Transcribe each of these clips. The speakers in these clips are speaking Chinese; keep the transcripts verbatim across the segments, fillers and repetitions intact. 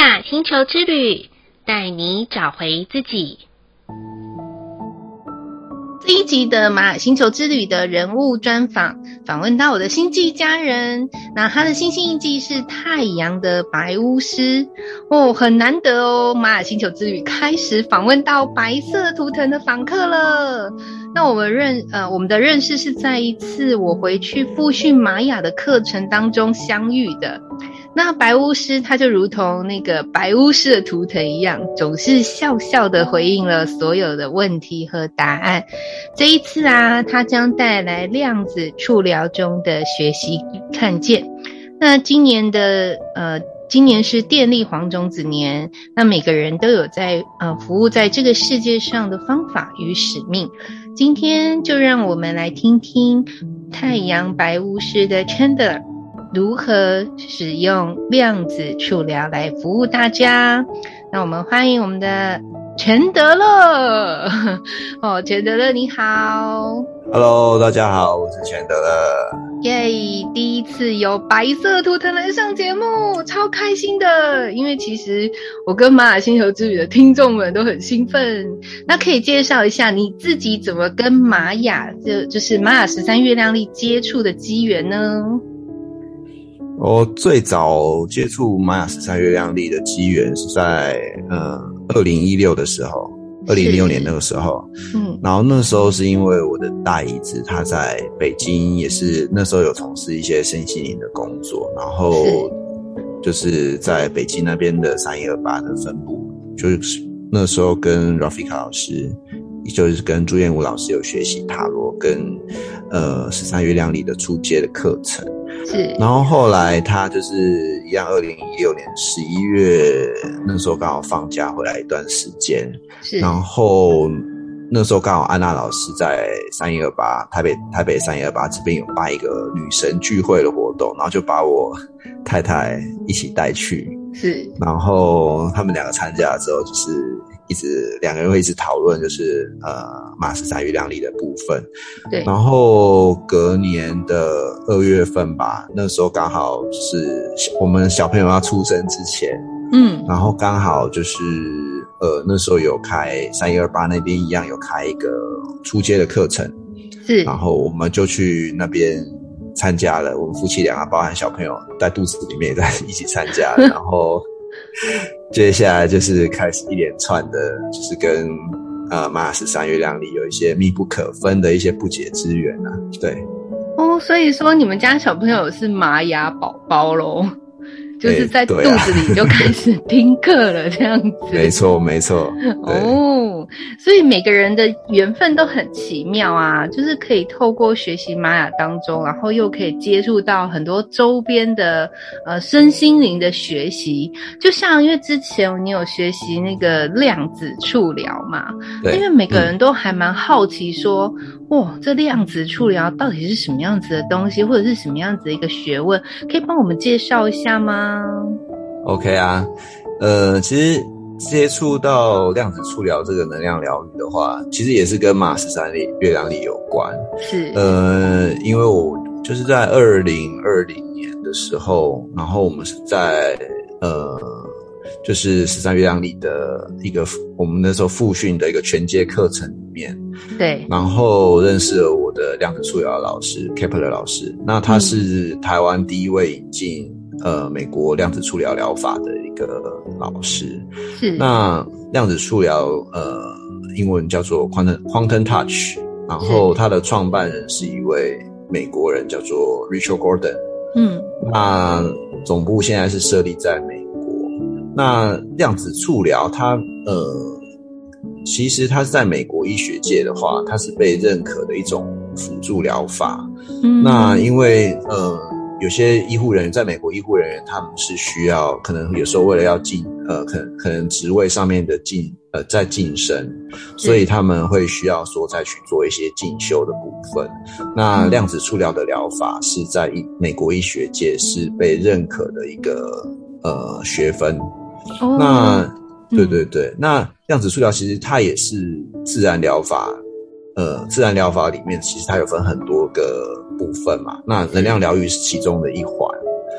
雅星球之旅，带你找回自己。 这一集的玛雅星球之旅的人物专访，访问到我的星际家人，那他的星星印记是太阳的白巫师哦，很难得哦。玛雅星球之旅开始访问到白色图腾的访客了。那我们认呃我们的认识是在一次我回去复训玛雅的课程当中相遇的。那白巫师他就如同那个白巫师的图腾一样，总是笑笑的回应了所有的问题和答案。这一次啊，他将带来量子触疗中的学习与看见。那今年的呃今年是电力黄种子年，那每个人都有在呃服务在这个世界上的方法与使命。今天就让我们来听听太阳白巫师的 Chandler如何使用量子触疗来服务大家。那我们欢迎我们的钱德勒哦，钱德勒你好。 Hello， 大家好，我是钱德勒。 耶、yeah, 第一次有白色图腾来上节目，超开心的，因为其实我跟玛雅星球之旅的听众们都很兴奋。那可以介绍一下你自己怎么跟玛雅就就是玛雅十三月亮历接触的机缘呢？ 我最早接触玛雅十三月亮历的机缘是在呃二零一六的时候，二零一六年那个时候，嗯，然后那时候是因为我的大姨子她在北京，也是那时候有从事一些身心灵的工作，然后就是在北京那边的三一二八的分部，就是那时候跟 Rafika 老师，就是跟朱彦武老师有学习塔罗跟呃十三月亮历的初阶的课程。是，然后后来他就是一样，二零一六年十一月那时候刚好放假回来一段时间，是，然后那时候刚好安娜老师在三一二八台北台北三一二八这边有办一个女神聚会的活动，然后就把我太太一起带去，是，然后他们两个参加之后，就是一直两个人会一直讨论，就是呃玛雅十三月亮历的部分。对，然后隔年的二月份吧，那时候刚好是我们小朋友要出生之前，嗯，然后刚好就是呃那时候有开三一二八那边一样有开一个初阶的课程，是，然后我们就去那边参加了，我们夫妻俩包含小朋友在肚子里面也在一起参加了，然后接下来就是开始一连串的，就是跟呃玛雅十三月亮里有一些密不可分的一些不解之缘啊，对。 哦，所以说你们家小朋友是玛雅宝宝咯，就是在肚子里就开始听课了，这样子。 没错，没错。 哦，所以每个人的缘分都很奇妙啊，就是可以透过学习玛雅当中，然后又可以接触到很多周边的呃身心灵的学习。就像因为之前你有学习那个量子触疗嘛，对，因为每个人都还蛮好奇说，哇、嗯，这量子触疗到底是什么样子的东西，或者是什么样子的一个学问，可以帮我们介绍一下吗 ？OK 啊，呃，其实接触到量子触疗这个能量疗愈的话，其实也是跟玛雅十三月亮历有关。是，呃，因为我就是在二零二零年的时候，然后我们是在呃，就是十三月亮历的一个我们那时候复训的一个全阶课程里面，对，然后认识了我的量子触疗老师 Kepler 老师，那他是台湾第一位引进呃，美国量子触疗疗法的一个老师，是，那量子触疗呃，英文叫做 Quantum Quantum Touch， 然后他的创办人是一位美国人，叫做 Richard Gordon， 嗯，那总部现在是设立在美国。那量子触疗它呃，其实它是在美国医学界的话，它是被认可的一种辅助疗法。嗯，那因为呃。有些医护人员在美国，医护人员他们是需要，可能有时候为了要进，呃，可能可能职位上面的进，呃，在晋升，所以他们会需要说再去做一些进修的部分。那量子触疗的疗法是在美国医学界是被认可的一个呃学分。哦，那对对对，嗯，那量子触疗其实它也是自然疗法。呃，自然疗法里面其实它有分很多个部分嘛，那能量疗愈是其中的一环。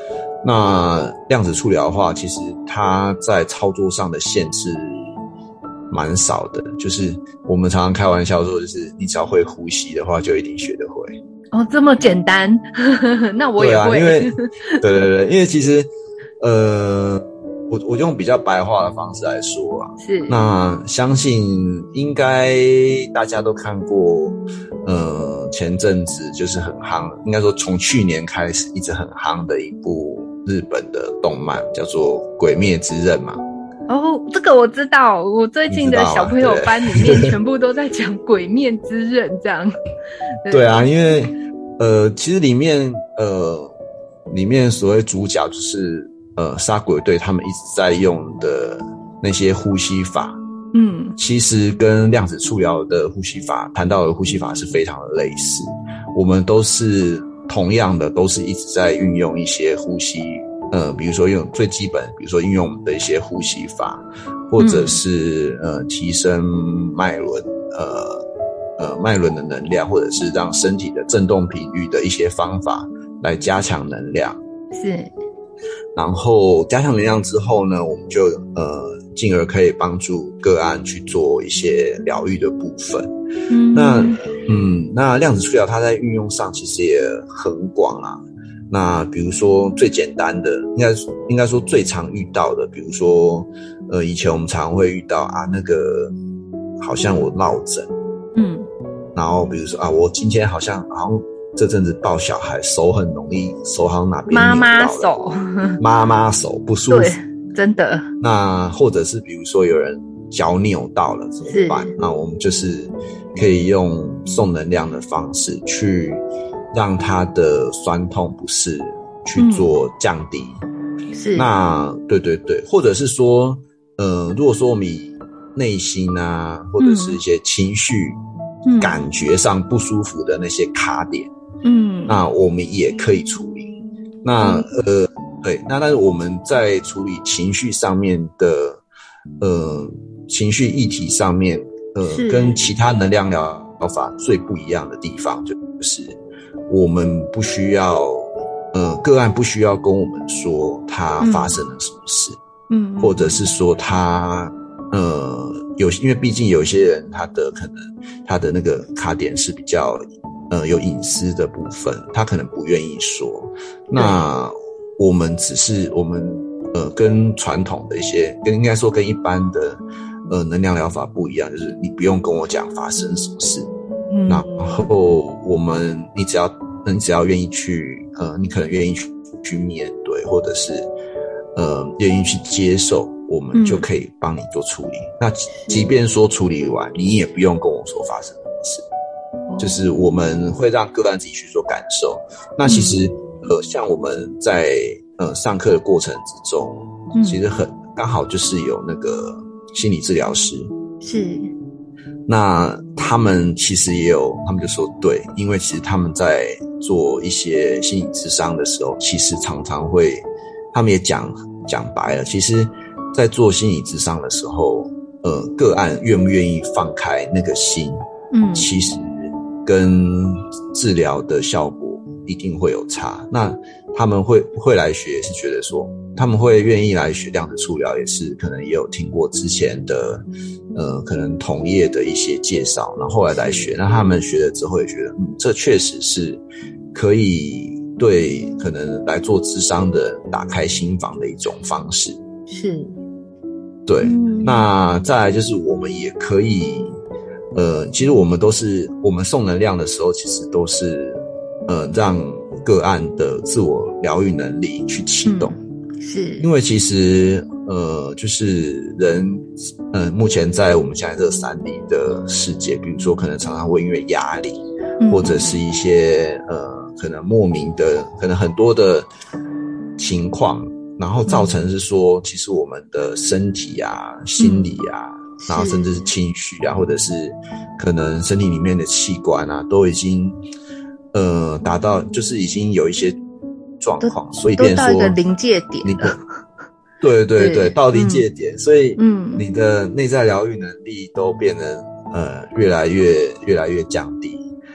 那量子触疗的话，其实它在操作上的限制蛮少的，就是我们常常开玩笑说，就是你只要会呼吸的话，就一定学得会。 哦，这么简单，那我也会。 对啊，因为对对对，因为其实呃，我我用比较白话的方式来说啊， 是那相信应该大家都看过，呃，前阵子就是很夯，应该说从去年开始一直很夯的一部日本的动漫，叫做《鬼灭之刃》嘛。 哦，这个我知道，我最近的小朋友班里面全部都在讲《鬼灭之刃》这样。 对, 对啊，因为呃，其实里面呃，里面所谓主角就是呃杀鬼队他们一直在用的那些呼吸法，嗯，其实跟量子触疗的呼吸法谈到的呼吸法是非常的类似。我们都是同样的，都是一直在运用一些呼吸。呃，比如说用最基本，比如说运用我们的一些呼吸法，或者是、嗯、呃提升脉轮，呃呃脉轮的能量，或者是让身体的振动频率的一些方法来加强能量。 是。 然后加强能量之后呢，我们就呃进而可以帮助个案去做一些疗愈的部分。嗯，那嗯那量子触疗它在运用上其实也很广啊。那比如说最简单的，应该应该说最常遇到的，比如说，呃，以前我们常会遇到啊，那个好像我落枕，嗯，然后比如说啊，我今天好像好像这阵子抱小孩，手很容易，手好像哪边妈妈手， 妈妈手不舒服， 对，真的。 那或者是比如说有人脚扭到了怎么办？那我们就是可以用送能量的方式去。让他的酸痛不适去做降低，嗯、是那对对对，或者是说，呃，如果说我们以内心啊，或者是一些情绪、嗯、感觉上不舒服的那些卡点，嗯，那我们也可以处理。那呃，对，那但是我们在处理情绪上面的，呃，情绪议题上面，呃，跟其他能量疗法最不一样的地方就是。我们不需要，呃，个案不需要跟我们说他发生了什么事，嗯，或者是说他，呃，有，因为毕竟有些人他的可能他的那个卡点是比较，呃，有隐私的部分，他可能不愿意说。那我们只是我们，呃，跟传统的一些，跟应该说跟一般的，呃，能量疗法不一样，就是你不用跟我讲发生什么事。嗯，然后我们，你只要，你只要愿意去，呃，你可能愿意去去面对，或者是，呃，愿意去接受，我们就可以帮你做处理。嗯、那即便说处理完，你也不用跟我说发生什么事，哦、就是我们会让个案自己去做感受。那其实，嗯、呃，像我们在呃上课的过程之中，嗯、其实很刚好就是有那个心理治疗师是。 那他们其实也有，他们就说对，因为其实他们在做一些心理咨商的时候，其实常常会，他们也讲讲白了，其实在做心理咨商的时候，呃，个案愿不愿意放开那个心，嗯，其实跟治疗的效果一定会有差。那他们会会来学，也是觉得说，他们会愿意来学量子触疗，也是可能也有听过之前的。呃，可能同业的一些介绍，然后后来来学，那他们学了之后也觉得，嗯，这确实是可以对可能来做咨商的人打开心房的一种方式。 是， 对。嗯、那再来就是我们也可以，呃，其实我们都是我们送能量的时候，其实都是呃让个案的自我疗愈能力去启动。 嗯、是， 因为其实。呃，就是人，呃，目前在我们现在这个三 D 的世界，比如说可能常常会因为压力，嗯、或者是一些呃，可能莫名的，可能很多的情况，然后造成是说，嗯、其实我们的身体啊、心理啊，嗯、然后甚至是情绪啊，或者是可能身体里面的器官啊，都已经呃达到，就是已经有一些状况，所以变成说都到一个临界点了。 对对对，对到临界点，嗯、所以嗯，你的内在疗愈能力都变得呃越来越越来越降低。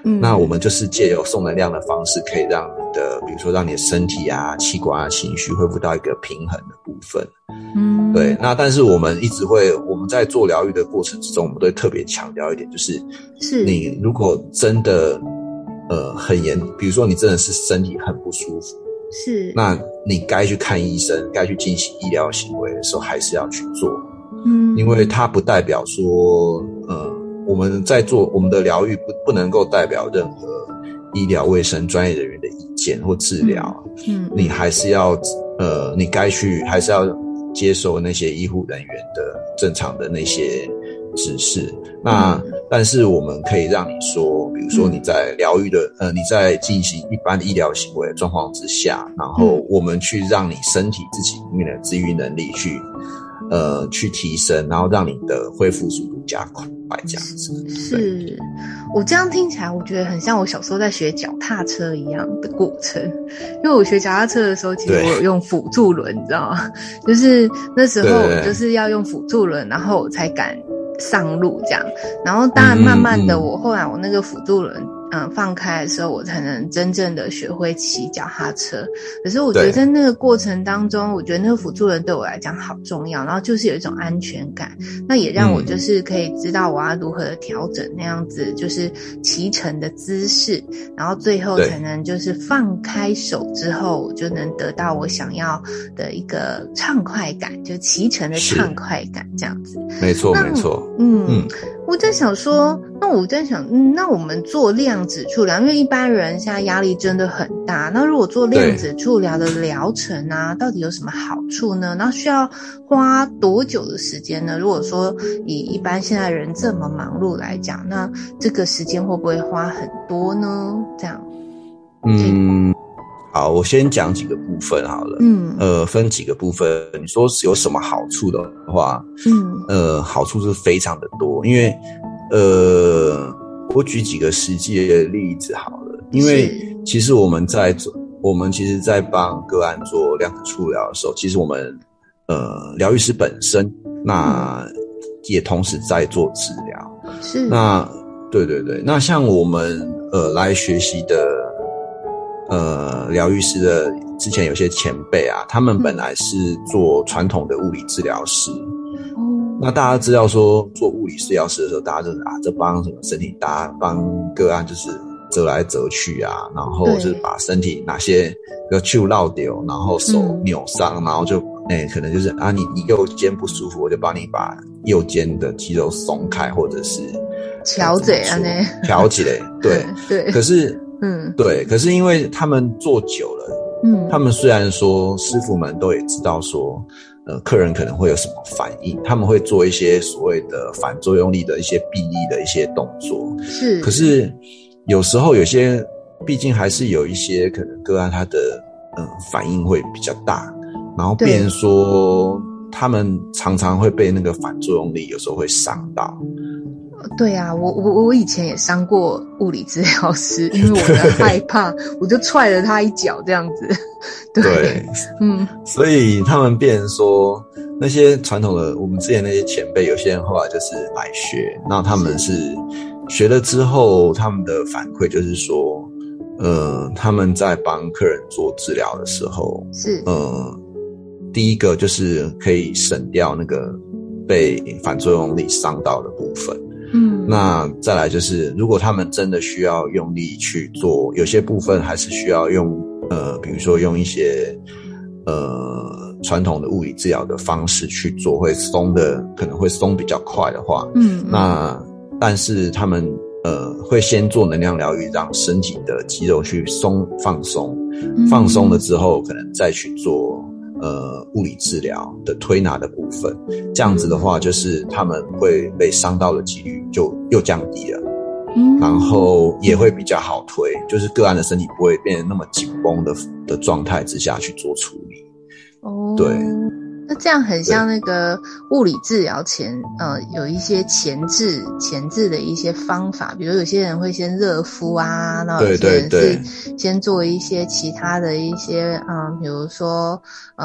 嗯，那我们就是借由送能量的方式，可以让你的，比如说让你的身体啊、器官啊、情绪恢复到一个平衡的部分。嗯，对。那但是我们一直会，我们在做疗愈的过程之中，我们都会特别强调一点，就是是你如果真的呃很严，比如说你真的是身体很不舒服，是，那你该去看医生，该去进行医疗行为的时候，还是要去做。嗯，因为它不代表说呃。我们在做我们的疗愈不不能够代表任何医疗卫生专业人员的意见或治疗，嗯，你还是要呃，你该去还是要接受那些医护人员的正常的那些指示。那、嗯、但是我们可以让你说，比如说你在疗愈的呃，你在进行一般的医疗行为的状况之下，然后我们去让你身体自己里面的自愈能力去呃去提升，然后让你的恢复速度加快。这样子是我这样听起来，我觉得很像我小时候在学脚踏车一样的过程。因为我学脚踏车的时候，其实我有用辅助轮，你知道吗？就是那时候我就是要用辅助轮，然后我才敢上路这样。然后当然慢慢的，我后来我那个辅助轮嗯放开的时候，我才能真正的学会骑脚踏车。可是我觉得在那个过程当中，我觉得那个辅助轮对我来讲好重要，然后就是有一种安全感，那也让我就是可以知道我要如何的调整那样子就是骑乘的姿势，然后最后才能就是放开手之后，我就能得到我想要的一个畅快感，就骑乘的畅快感这样子。 没错没错。 嗯嗯，我在想说，那我在想，嗯，那我们做量子触疗，因为一般人现在压力真的很大，那如果做量子触疗的疗程啊，到底有什么好处呢？然后需要花多久的时间呢？如果说以一般现在人这么忙碌来讲，那这个时间会不会花很多呢？这样， 嗯，好，我先讲几个部分好了。嗯，呃，分几个部分。你说有什么好处的话，嗯，呃，好处是非常的多，因为，呃，我举几个实际的例子好了。因为其实我们在做，我们其实在帮个案做量子触疗的时候，其实我们，呃，疗愈师本身，那也同时在做治疗。是。那，对对对，那像我们呃来学习的。呃，疗愈师的之前有些前辈啊，他们本来是做传统的物理治疗师。嗯，那大家知道说做物理治疗师的时候，大家就是啊，这帮什么身体，大家帮个案就是折来折去啊，然后就是把身体哪些要去绕掉，然后手扭伤，嗯、然后就哎、欸，可能就是啊，你你右肩不舒服，我就帮你把右肩的肌肉松开，或者是调整啊，呢调起来，对对， 可是。嗯，对，可是因为他们做久了，嗯，他们虽然说师傅们都也知道说，呃，客人可能会有什么反应，他们会做一些所谓的反作用力的一些避力的一些动作，是，可是有时候有些，毕竟还是有一些可能个案他的嗯、呃、反应会比较大，然后变成说他们常常会被那个反作用力有时候会伤到。 对啊，我我我以前也伤过物理治疗师，因为我的害怕，我就踹了他一脚这样子。对， 对嗯，所以他们变成说那些传统的，我们之前那些前辈，有些人后来就是来学，那他们是学了之后，他们的反馈就是说，呃，他们在帮客人做治疗的时候，是呃，第一个就是可以省掉那个被反作用力伤到的部分。嗯，那再来就是，如果他们真的需要用力去做，有些部分还是需要用，呃，比如说用一些，呃，传统的物理治疗的方式去做，会松的，可能会松比较快的话，嗯，那但是他们呃会先做能量疗愈，让身体的肌肉去松放松，放松了之后，可能再去做。呃，物理治疗的推拿的部分，这样子的话，就是他们会被伤到的几率就又降低了，嗯，然后也会比较好推，就是个案的身体不会变得那么紧绷的的状态之下去做处理。哦，对， 那这样很像那个物理治疗前，呃，有一些前置前置的一些方法，比如有些人会先热敷啊，然后有些人是先做一些其他的一些，嗯，比如说呃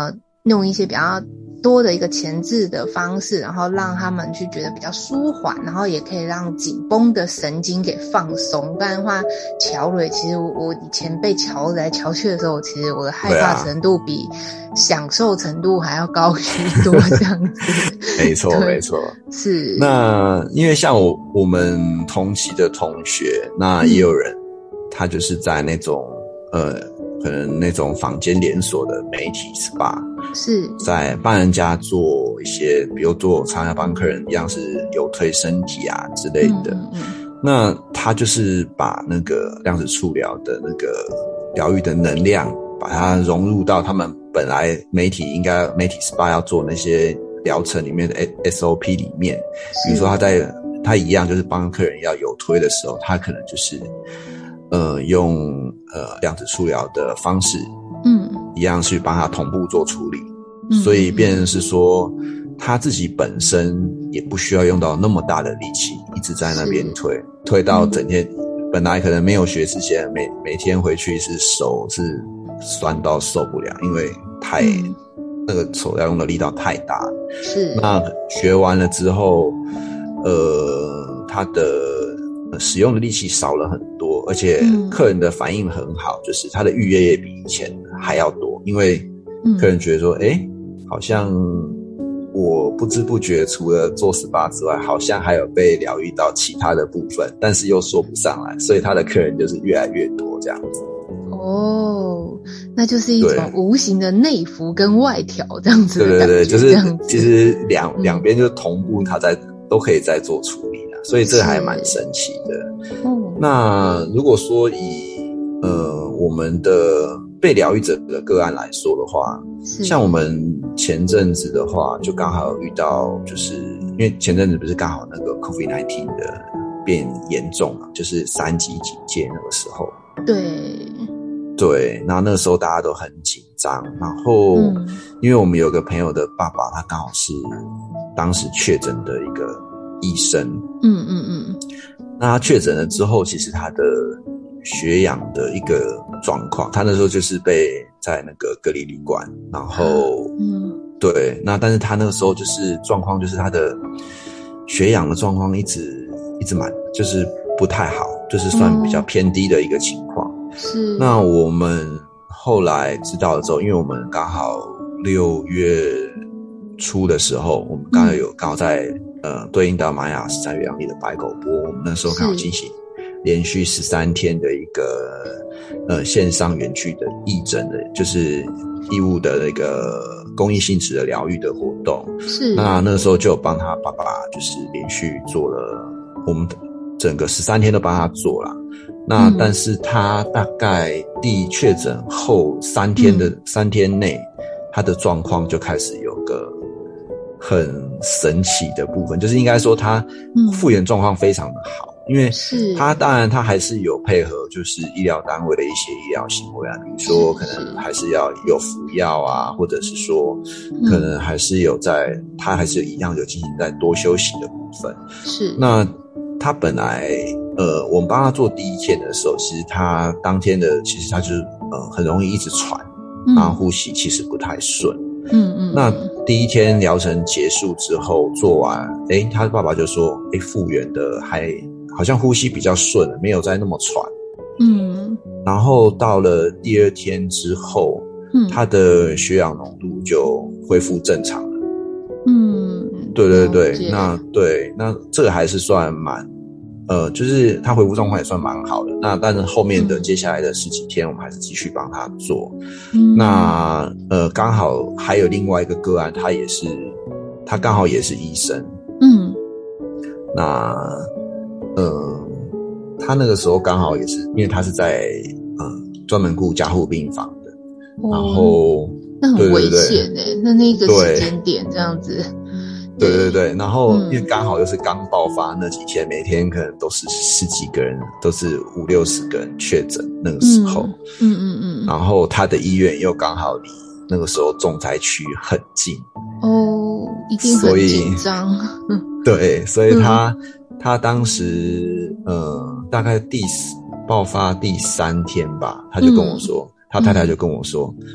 弄一些比较多的一个前置的方式，然后让他们去觉得比较舒缓，然后也可以让紧绷的神经给放松。不然的话，乔蕊其实我我以前被乔来乔去的时候，其实我的害怕程度比享受程度还要高许多，这样子。 没错没错， 是。 那因为像我我们同期的同学，那也有人、嗯、他就是在那种呃可能那种坊间连锁的媒体 S P A， 是在帮人家做一些，比如做常常帮客人一样是有推身体啊之类的。嗯嗯嗯，那他就是把那个量子触疗的那个疗愈的能量，把它融入到他们本来媒体应该媒体 S P A 要做那些疗程里面的 S O P 里面。比如说他在他一样就是帮客人要有推的时候，他可能就是呃用呃量子触疗的方式，嗯，一样去帮他同步做处理。嗯，所以变成是说他自己本身也不需要用到那么大的力气一直在那边推推到整天、嗯、本来可能没有学之前每每天回去是手是酸到受不了，因为太、嗯、那个手要用的力道太大了。是，那学完了之后呃他的使用的力气少了很多，而且客人的反应很好，就是他的预约也比以前还要多，因为客人觉得说诶、欸、好像我不知不觉除了做 S P A 之外，好像还有被疗愈到其他的部分，但是又说不上来，所以他的客人就是越来越多这样子。哦，那就是一种无形的内服跟外调这样子的感觉。对对对，就是其实两两边就同步，他在都可以在做处理啦，所以这还蛮神奇的。哦，那如果说以呃我们的被疗愈者的个案来说的话，像我们前阵子的话，就刚好有遇到，就是因为前阵子不是刚好那个 COVID 十九 的变严重嘛，就是三级警戒那个时候。对。对，然后那个时候大家都很紧张，然后、嗯、因为我们有个朋友的爸爸，他刚好是当时确诊的一个医生。嗯嗯嗯。那他确诊了之后，其实他的血氧的一个状况，他那时候就是被在那个隔离旅馆，然后嗯，对，那但是他那个时候就是状况就是他的血氧的状况一直一直蛮就是不太好，就是算比较偏低的一个情况。是。那我们后来知道了之后，因为我们刚好六月初的时候，我们刚好有刚好在呃对应到玛雅十三月亮历的白狗波，我们那时候刚好进行连续十三天的一个呃线上远距的义诊的，就是义务的那个公益性质的疗愈的活动。是。那那时候就有帮他爸爸，就是连续做了我们整个十三天都帮他做了。那但是他大概第确诊后三天的、嗯、三天内，他的状况就开始有个很神奇的部分，就是应该说他复原状况非常的好。因为他当然他还是有配合就是医疗单位的一些医疗行为啊，比如说可能还是要有服药啊，或者是说可能还是有在他还是一样有进行在多休息的部分。是。那他本来呃我们帮他做第一天的时候，其实他当天的其实他就是呃很容易一直喘，然后呼吸其实不太顺。嗯嗯。那第一天疗程结束之后做完，诶他爸爸就说诶复原的还好像呼吸比较顺了，没有再那么喘。嗯。然后到了第二天之后，嗯，他的血氧浓度就恢复正常了。嗯，对对对，那对，那这个还是算蛮，呃，就是他恢复状况也算蛮好的。那但是后面的接下来的十几天，我们还是继续帮他做。嗯，那呃，刚好还有另外一个个案，他也是，他刚好也是医生。嗯，那。嗯，他那个时候刚好也是，因为他是在嗯专门顾加护病房的，哦、然后那很危险诶、欸，那那个时间点这样子， 对对对，然后、嗯、因为刚好又是刚爆发那几天，每天可能都是十几个人，都是五六十个人确诊那个时候，嗯嗯嗯，然后他的医院又刚好离那个时候重灾区很近，哦，一定很紧张，对，所以他。嗯他当时呃大概第爆发第三天吧，他就跟我说、嗯、他太太就跟我说，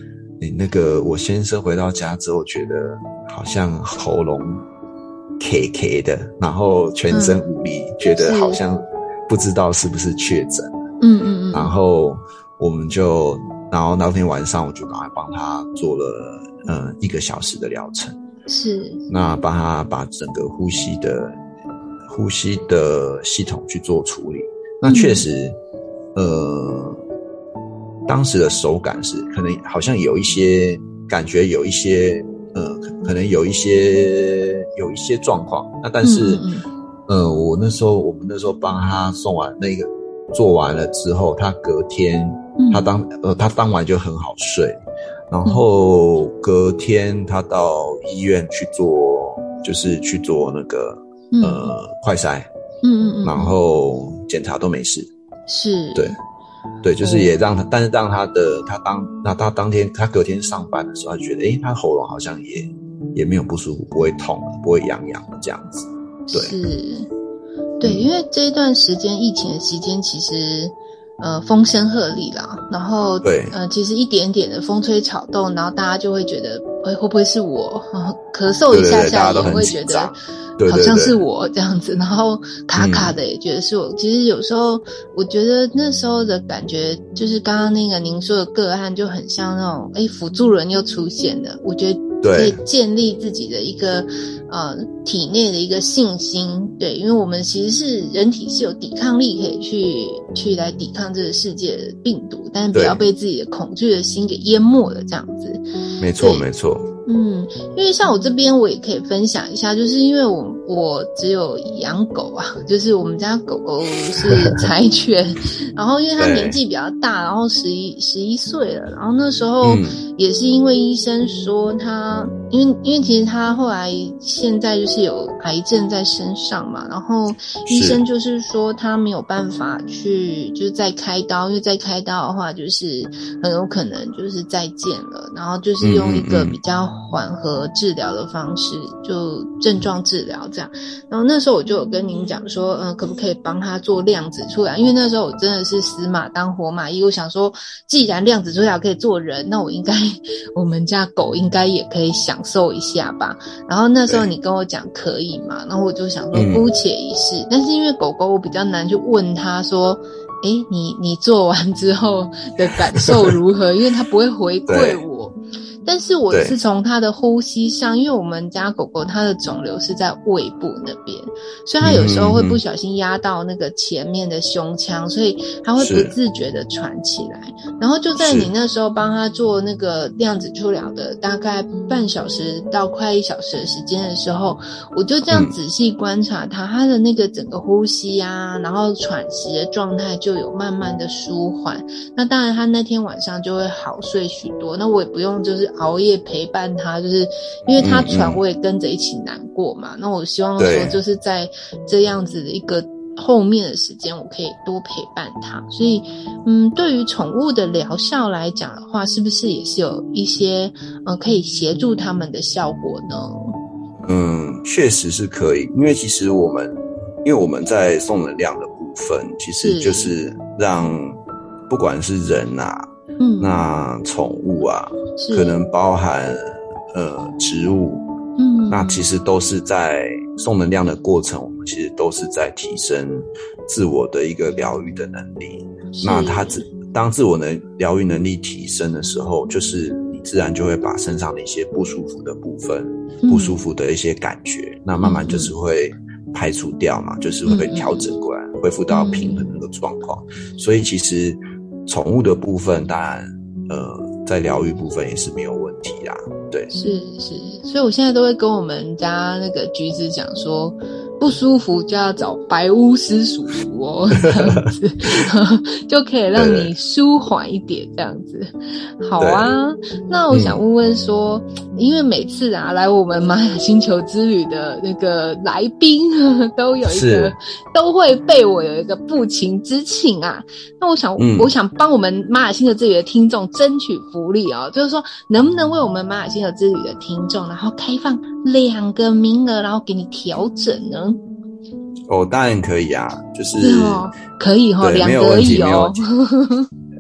欸、那个我先生回到家之后，觉得好像喉咙 K K 的，然后全身无力，嗯、觉得好像不知道是不是确诊。 嗯嗯嗯。 然后我们就，然后那天晚上我就赶快帮他做了呃一个小时的疗程。 是。那帮他把整个呼吸的呼吸的系统去做处理。那确实，嗯、呃。当时的手感是可能好像有一些感觉，有一些呃，可能有一些有一些状况。那但是，嗯嗯呃，我那时候我们那时候帮他送完那个做完了之后，他隔天他当呃他当晚就很好睡，然后隔天他到医院去做，就是去做那个呃快筛，嗯嗯嗯，然后检查都没事， 是， 对。对，就是也让他，但是让他的他当那他当天他隔天上班的时候，他就觉得，诶，他喉咙好像也也没有不舒服，不会痛，不会痒痒的这样子。对， 是，对，因为这一段时间疫情的期间，其实呃风声鹤唳啦，然后对， 呃其实一点点的风吹草动，然后大家就会觉得，哎，会不会是我？咳嗽一下下也会觉得。 对对对， 好像是我这样子，然后卡卡的也觉得是我。嗯、其实有时候我觉得那时候的感觉，就是刚刚那个您说的个案，就很像那种，哎，辅助人又出现了。我觉得可以建立自己的一个呃体内的一个信心，对，因为我们其实是人体是有抵抗力可以去去来抵抗这个世界的病毒，但是不要被自己的恐惧的心给淹没了，这样子。 没错，没错。 嗯，因为像我这边我也可以分享一下，就是因为我我只有养狗啊，就是我们家狗狗是柴犬，然后因为它年纪比较大，然后十一十一岁了，然后那时候也是因为医生说他，因为因为其实他后来现在就是有癌症在身上嘛，然后医生就是说他没有办法去就是再开刀，因为再开刀的话就是很有可能就是再见了，然后就是用一个比较缓和治疗的方式，就症状治疗这样。然后那时候我就有跟您讲说，嗯、呃，可不可以帮他做量子出来？因为那时候我真的是死马当活马医，我想说，既然量子出来可以做人，那我应该我们家狗应该也可以享受一下吧。然后那时候你跟我讲可以嘛，然后我就想说姑且一试。嗯、但是因为狗狗我比较难去问他说，诶，你你做完之后的感受如何？因为他不会回馈我。但是我是从它的呼吸上，因为我们家狗狗它的肿瘤是在胃部那边，所以它有时候会不小心压到那个前面的胸腔，所以它会不自觉的喘起来。然后就在你那时候帮它做那个量子触疗的大概半小时到快一小时的时间的时候，我就这样仔细观察它，它的那个整个呼吸啊，然后喘息的状态就有慢慢的舒缓。那当然它那天晚上就会好睡许多，那我也不用就是熬夜陪伴他，就是因为他喘我也跟着一起难过嘛、嗯嗯、那我希望说就是在这样子的一个后面的时间我可以多陪伴他。所以嗯，对于宠物的疗效来讲的话，是不是也是有一些呃可以协助他们的效果呢？ 嗯，确实是可以，因为其实我们因为我们在送能量的部分其实就是让不管是人啊嗯，那宠物啊，可能包含呃植物，嗯，那其实都是在送能量的过程，我们其实都是在提升自我的一个疗愈的能力。那它自当自我的疗愈能力提升的时候，就是你自然就会把身上的一些不舒服的部分、嗯、不舒服的一些感觉，那慢慢就是会排除掉嘛，就是会调整过来，恢复到平衡的那个状况。所以其实宠物的部分当然呃在疗愈部分也是没有问题啦，对，是是，所以我现在都会跟我们家那个橘子讲说，不舒服就要找白巫师叔叔哦，这样子就可以让你舒缓一点，这样子。好啊，那我想问问说、嗯、因为每次啊来我们玛雅星球之旅的那个来宾都有一个都会被我有一个不情之请啊，那我想、嗯、我想帮我们玛雅星球之旅的听众争取福利哦，就是说能不能为我们玛雅星球之旅的听众然后开放两个名额，然后给你调整呢？ 哦，当然可以啊，就是、 是哦、可以哦，两个而已哦。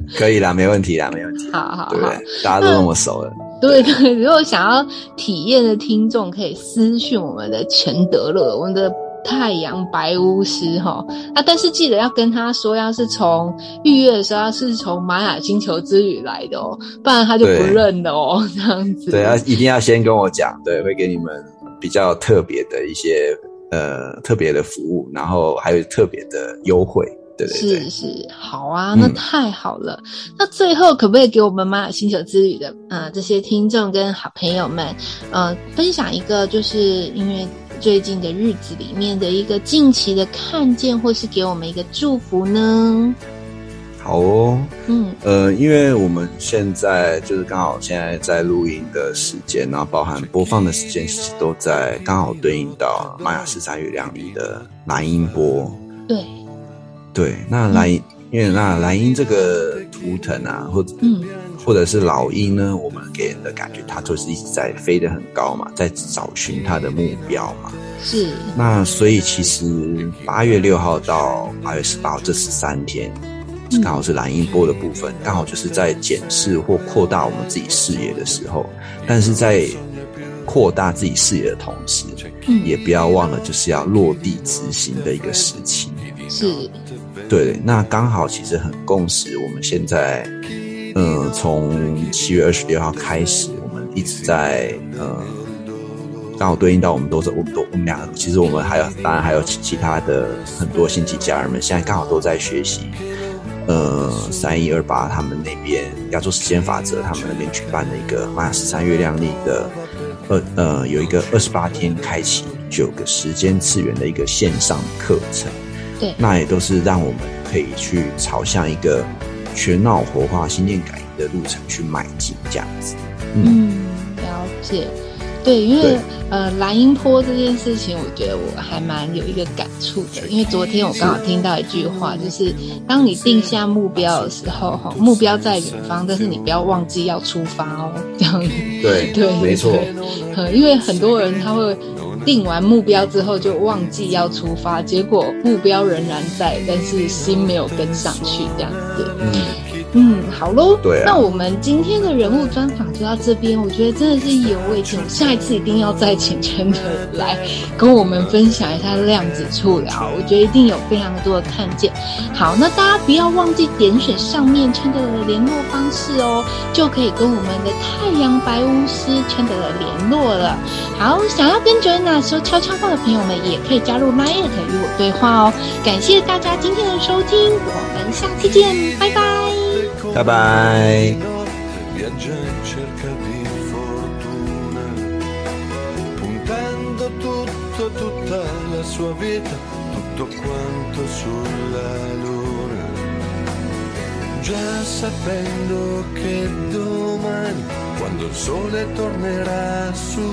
可以啦，没问题啦，没问题。 好好好， 对不对？大家都那么熟了。 对对，如果想要体验的听众，可以私讯我们的钱德勒，我们的太阳白巫师哈啊，但是记得要跟他说，要是从预约的时候，要是从玛雅星球之旅来的哦，不然他就不认了哦，这样子。 对，要一定要先跟我讲，对，会给你们比较特别的一些呃特别的服务，然后还有特别的优惠。对对对， 是是，好啊，那太好了。嗯、那最后可不可以给我们玛雅星球之旅的呃这些听众跟好朋友们，呃分享一个，就是因为最近的日子里面的一个近期的看见，或是给我们一个祝福呢？ 好哦， 嗯， 呃，因为我们现在就是刚好现在在录音的时间，然后包含播放的时间，其实都在刚好对应到玛雅十三月亮里的蓝音波。 对。 对，那蓝鹰、嗯，因为那蓝鹰这个图腾啊，或者、嗯、或者是老鹰呢，我们给人的感觉，它就是一直在飞得很高嘛，在找寻它的目标嘛。 是。 那所以其实八月六号到八月十八号这十三天，刚好是蓝鹰波的部分，刚好就是在检视或扩大我们自己视野的时候，但是在扩大自己视野的同时，嗯，也不要忘了就是要落地执行的一个时期。 是。 对，那刚好其实很共识，我们现在，嗯、呃，从七月二十六号开始，我们一直在呃，刚好对应到我们都是我们都我们两个，其实我们还有当然还有其其他的很多星际家人们，现在刚好都在学习，呃，三一二八他们那边亚洲时间法则他们那边举办的一个玛雅十三月亮历的二呃有一个二十八天开启九个时间次元的一个线上课程。 对， 那也都是让我们可以去朝向一个全脑活化、心电感应的路程去迈进，这样子。嗯， 嗯了解。对，因为呃蓝音波这件事情，我觉得我还蛮有一个感触的。因为昨天我刚好听到一句话，就是当你定下目标的时候，哈，目标在远方，但是你不要忘记要出发哦，这样子。 对对， 没错。 嗯，因为很多人他会定完目标之后就忘记要出发，结果目标仍然在，但是心没有跟上去，这样子。 嗯。 嗯，好咯， 对啊， 那我们今天的人物专访就到这边，我觉得真的是意犹未尽，下一次一定要再请真的来跟我们分享一下量子触疗，我觉得一定有非常多的看见。好，那大家不要忘记点选上面真的的联络方式哦，就可以跟我们的太阳白巫师真的联络了。好，想要跟 Joanna 说悄悄话的朋友们，也可以加入 Line 与我对话哦。感谢大家今天的收听，我们下期见，拜拜。 拜拜。 Viaggia in cerca di fortuna, puntando tutto, tutta la sua vita, tutto quanto sulla luna, già sapendo che domani, quando il sole tornerà su,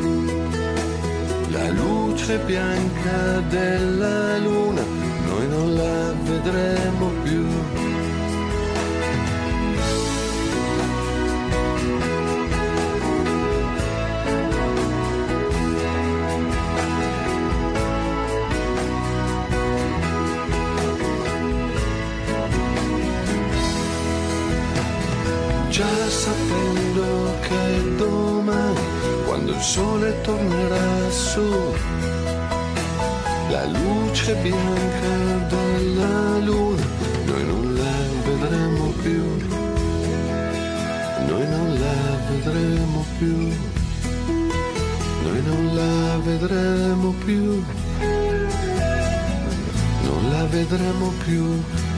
la luce bianca della luna, noi non la vedremo più. Già sapendo che domani, quando il sole tornerà su, la luce bianca della luna, noi non la vedremo più, noi non la vedremo più, noi non la vedremo più, non la vedremo più.